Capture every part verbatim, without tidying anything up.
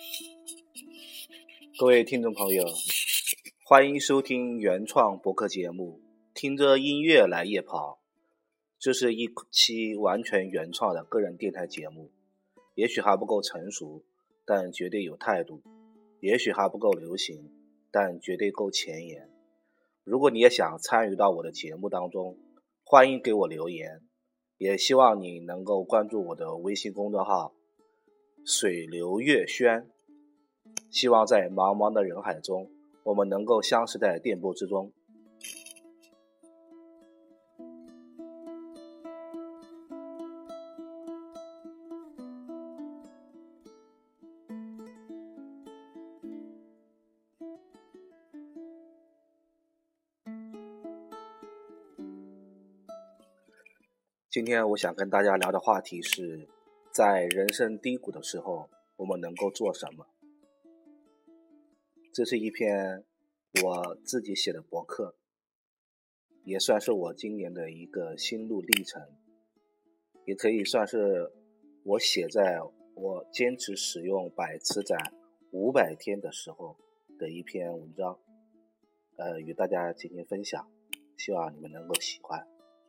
各位听众朋友，欢迎收听原创播客节目《听着音乐来夜跑》。这是一期完全原创的个人电台节目，也许还不够成熟，但绝对有态度；也许还不够流行，但绝对够前沿。如果你也想参与到我的节目当中，欢迎给我留言，也希望你能够关注我的微信公众号水流月轩。希望在茫茫的人海中，我们能够相识在电波之中。今天我想跟大家聊的话题是，在人生低谷的时候，我们能够做什么？这是一篇我自己写的博客，也算是我今年的一个心路历程，也可以算是我写在我坚持使用百词斩五百天的时候的一篇文章，呃，与大家进行分享，希望你们能够喜欢。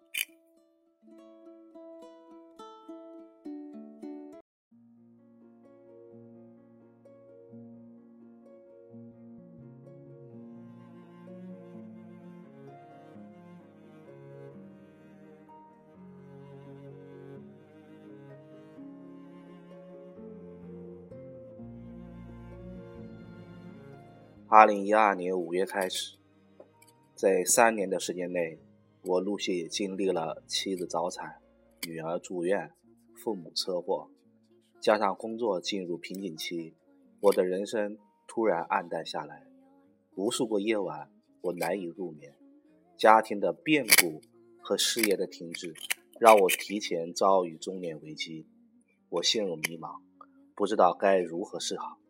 二零一二年五月开始，在三年的时间内，我陆续经历了妻子早产、女儿住院、父母车祸，加上工作进入瓶颈期，我的人生突然暗淡下来。无数个夜晚，我难以入眠。家庭的变故和事业的停滞，让我提前遭遇中年危机。我陷入迷茫，不知道该如何是好。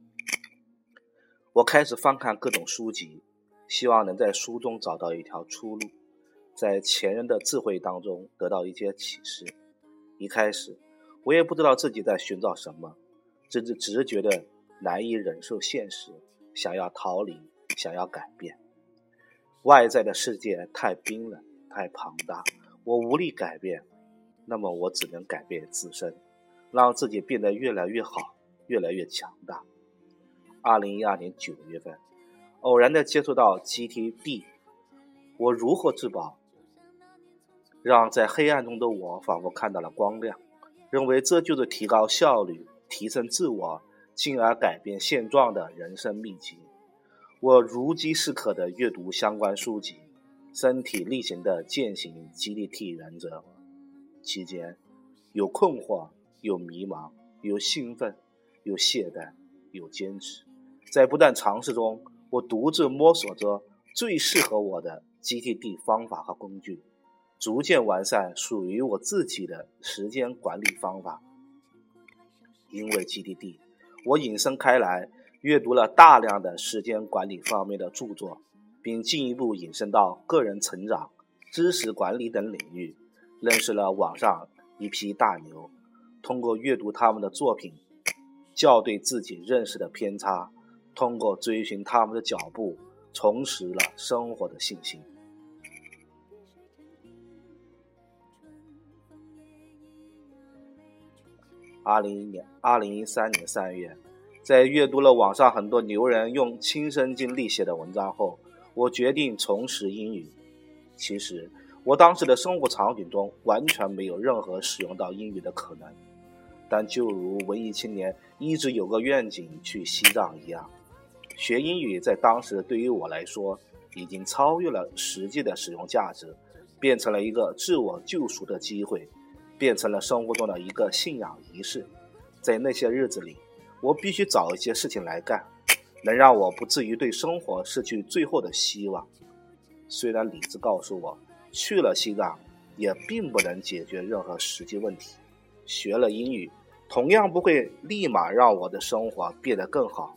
我开始翻看各种书籍，希望能在书中找到一条出路，在前人的智慧当中得到一些启示。一开始，我也不知道自己在寻找什么，只是只是觉得难以忍受现实，想要逃离，想要改变。外在的世界太冰冷，太庞大，我无力改变，那么我只能改变自身，让自己变得越来越好，越来越强大。二零一二年九月份，偶然地接触到 G T D， 我如获至宝，让在黑暗中的我仿佛看到了光亮，认为这就是提高效率、提升自我，进而改变现状的人生秘籍。我如饥似渴地阅读相关书籍，身体力行地践行 G T D 原则。期间，有困惑，有迷茫，有兴奋，有懈怠，有坚持。在不断尝试中，我独自摸索着最适合我的 G T D 方法和工具，逐渐完善属于我自己的时间管理方法。因为 G T D， 我引申开来，阅读了大量的时间管理方面的著作，并进一步引申到个人成长、知识管理等领域，认识了网上一批大牛，通过阅读他们的作品，校对自己认识的偏差，通过追寻他们的脚步，重拾了生活的信心。二零一三年三月，在阅读了网上很多牛人用亲身经历写的文章后，我决定重拾英语。其实，我当时的生活场景中完全没有任何使用到英语的可能，但就如文艺青年一直有个愿景去西藏一样，学英语在当时对于我来说已经超越了实际的使用价值，变成了一个自我救赎的机会，变成了生活中的一个信仰仪式。在那些日子里，我必须找一些事情来干，能让我不至于对生活失去最后的希望。虽然理智告诉我，去了西藏也并不能解决任何实际问题，学了英语同样不会立马让我的生活变得更好。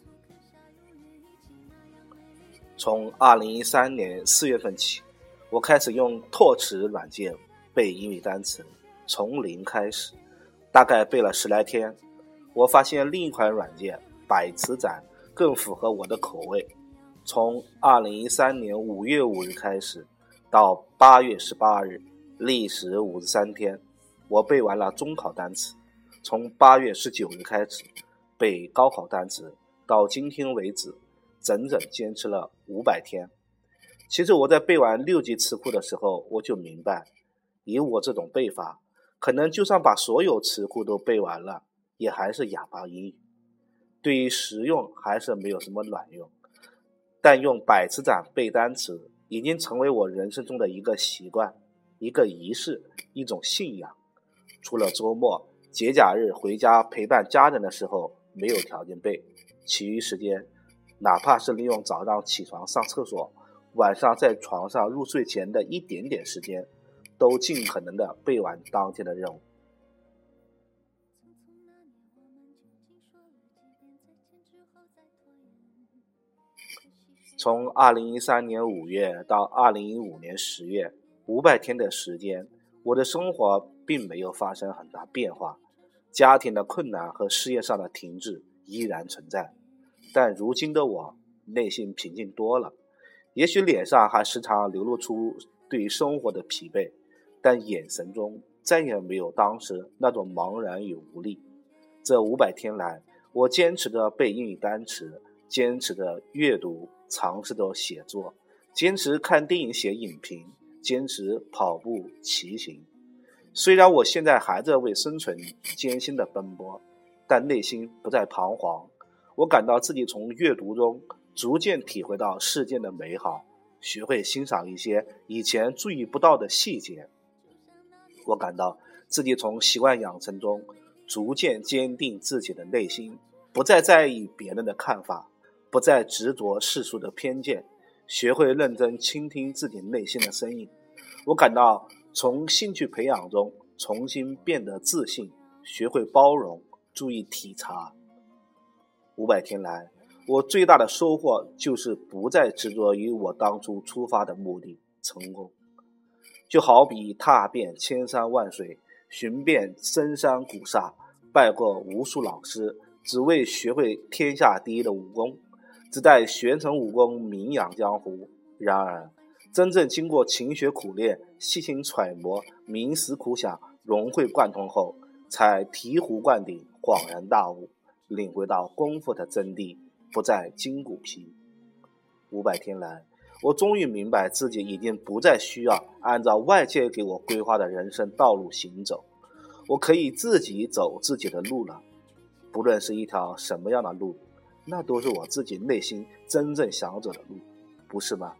从二零一三年四月份起，我开始用拓词软件背英语单词，从零开始，大概背了十来天。我发现另一款软件百词斩更符合我的口味。从二零一三年五月五日开始到八月十八日，历时五十三天，我背完了中考单词。从八月十九日开始背高考单词，到今天为止整整坚持了五百天。其实我在背完六级词库的时候，我就明白，以我这种背法，可能就算把所有词库都背完了，也还是哑巴英语，对于实用还是没有什么卵用。但用百词斩背单词已经成为我人生中的一个习惯，一个仪式，一种信仰。除了周末节假日回家陪伴家人的时候没有条件背，其余时间哪怕是利用早上起床上厕所，晚上在床上入睡前的一点点时间，都尽可能的背完当天的任务。从二零一三年五月到二零一五年十月，五百天的时间，我的生活并没有发生很大变化，家庭的困难和事业上的停滞依然存在，但如今的我内心平静多了，也许脸上还时常流露出对生活的疲惫，但眼神中再也没有当时那种茫然与无力。这五百天来，我坚持着背英语单词，坚持着阅读，尝试着写作，坚持看电影写影评，坚持跑步骑行。虽然我现在还在为生存艰辛的奔波，但内心不再彷徨。我感到自己从阅读中逐渐体会到世界的美好，学会欣赏一些以前注意不到的细节。我感到自己从习惯养成中逐渐坚定自己的内心，不再在意别人的看法，不再执着世俗的偏见，学会认真倾听自己内心的声音。我感到从兴趣培养中重新变得自信，学会包容，注意体察。五百天来，我最大的收获就是不再执着于我当初出发的目的——成功。就好比踏遍千山万水，寻遍深山古刹，拜过无数老师，只为学会天下第一的武功，只待学成武功名扬江湖。然而真正经过勤学苦练，细心揣摩，冥思苦想，融会贯通后，才醍醐灌顶，恍然大悟，领会到功夫的真谛，不再筋骨疲。五百天来，我终于明白自己已经不再需要按照外界给我规划的人生道路行走，我可以自己走自己的路了。不论是一条什么样的路，那都是我自己内心真正想走的路，不是吗？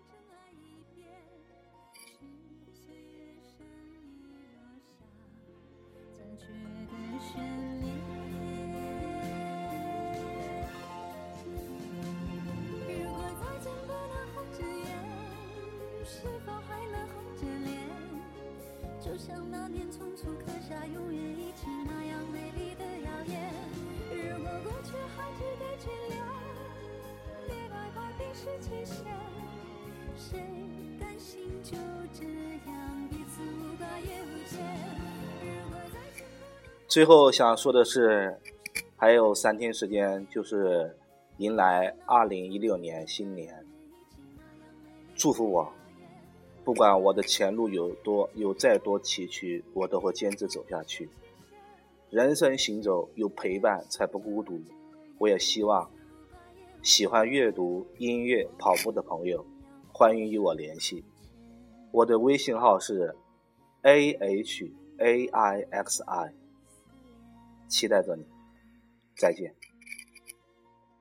就像那年匆促刻下永远一起那样美丽的谣言，如果过去还值得眷恋，别害怕冰释前嫌，谁甘心就这样彼此无挂也无牵。 最后想说的是，还有三天时间就是迎来二零一六年新年，祝福我，不管我的前路有多有再多崎岖，我都会坚持走下去。人生行走有陪伴才不孤独。我也希望喜欢阅读、音乐、跑步的朋友，欢迎与我联系。我的微信号是 A H A I X I， 期待着你，再见。